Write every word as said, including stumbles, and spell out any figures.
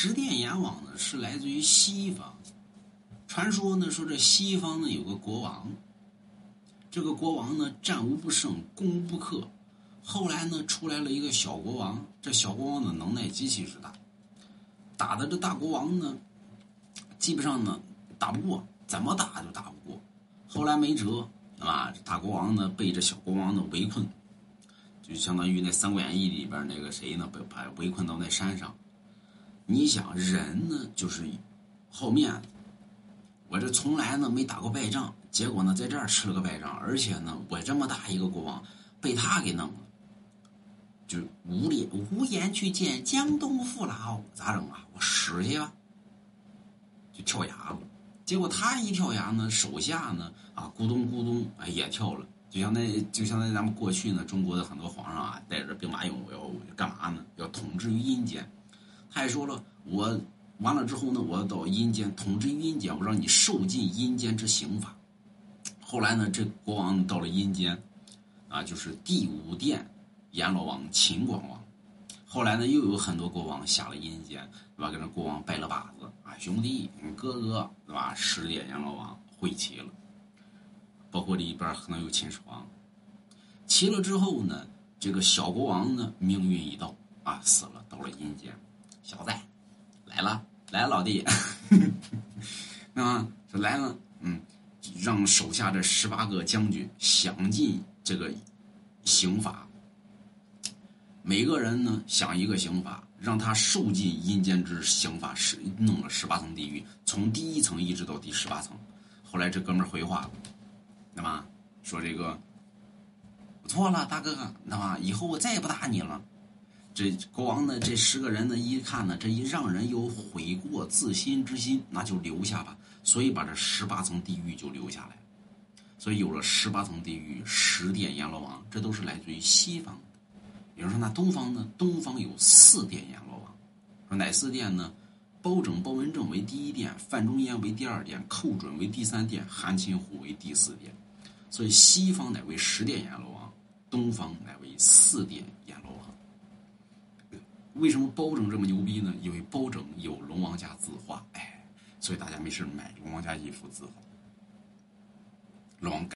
十殿阎王呢是来自于西方，传说呢说这西方呢有个国王，这个国王呢战无不胜，攻无不克。后来呢出来了一个小国王，这小国王的能耐极其之大，打的这大国王呢基本上呢打不过，怎么打就打不过。后来没辙啊，这大国王呢被这小国王呢围困，就相当于那《三国演义》里边那个谁呢被把围困到那山上。你想人呢就是好面子，我这从来呢没打过败仗，结果呢在这儿吃了个败仗，而且呢我这么大一个国王被他给弄了，就无脸无颜去见江东父老，咋整啊？我使去吧，就跳崖了。结果他一跳崖呢，手下呢啊咕咚咕咚哎也跳了，就像那就像那咱们过去呢中国的很多皇上啊带着兵马俑要干嘛呢？要统治于阴间。他还说了，我完了之后呢，我要到阴间统治于阴间，我让你受尽阴间之刑罚。后来呢，这国王到了阴间，啊，就是第五殿阎罗王秦广王。后来呢，又有很多国王下了阴间，对吧？跟这国王拜了把子啊，兄弟，你哥哥，对吧？十殿阎罗王会齐了，包括里边可能有秦始皇。齐了之后呢，这个小国王呢，命运已到啊，死了，到了阴间。小子来了，来了，老弟，啊，这来了，嗯，让手下这十八个将军想尽这个刑罚，每个人呢想一个刑罚，让他受尽阴间之刑罚，是弄了十八层地狱，从第一层一直到第十八层。后来这哥们儿回话了，那么说这个我错了，大哥，那么以后我再也不打你了。这国王呢，这十个人呢，一看呢，这一让人有悔过自新之心，那就留下吧。所以把这十八层地狱就留下来，所以有了十八层地狱、十殿阎罗王，这都是来自于西方的。比如说那东方呢，东方有四殿阎罗王，说哪四殿呢？包拯、包文正为第一殿，范仲淹为第二殿，寇准为第三殿，韩擒虎为第四殿。所以西方乃为十殿阎罗王，东方乃为四殿阎罗王。为什么包拯这么牛逼呢？因为包拯有龙王家字画，哎，所以大家没事买龙王家一幅字画。龙王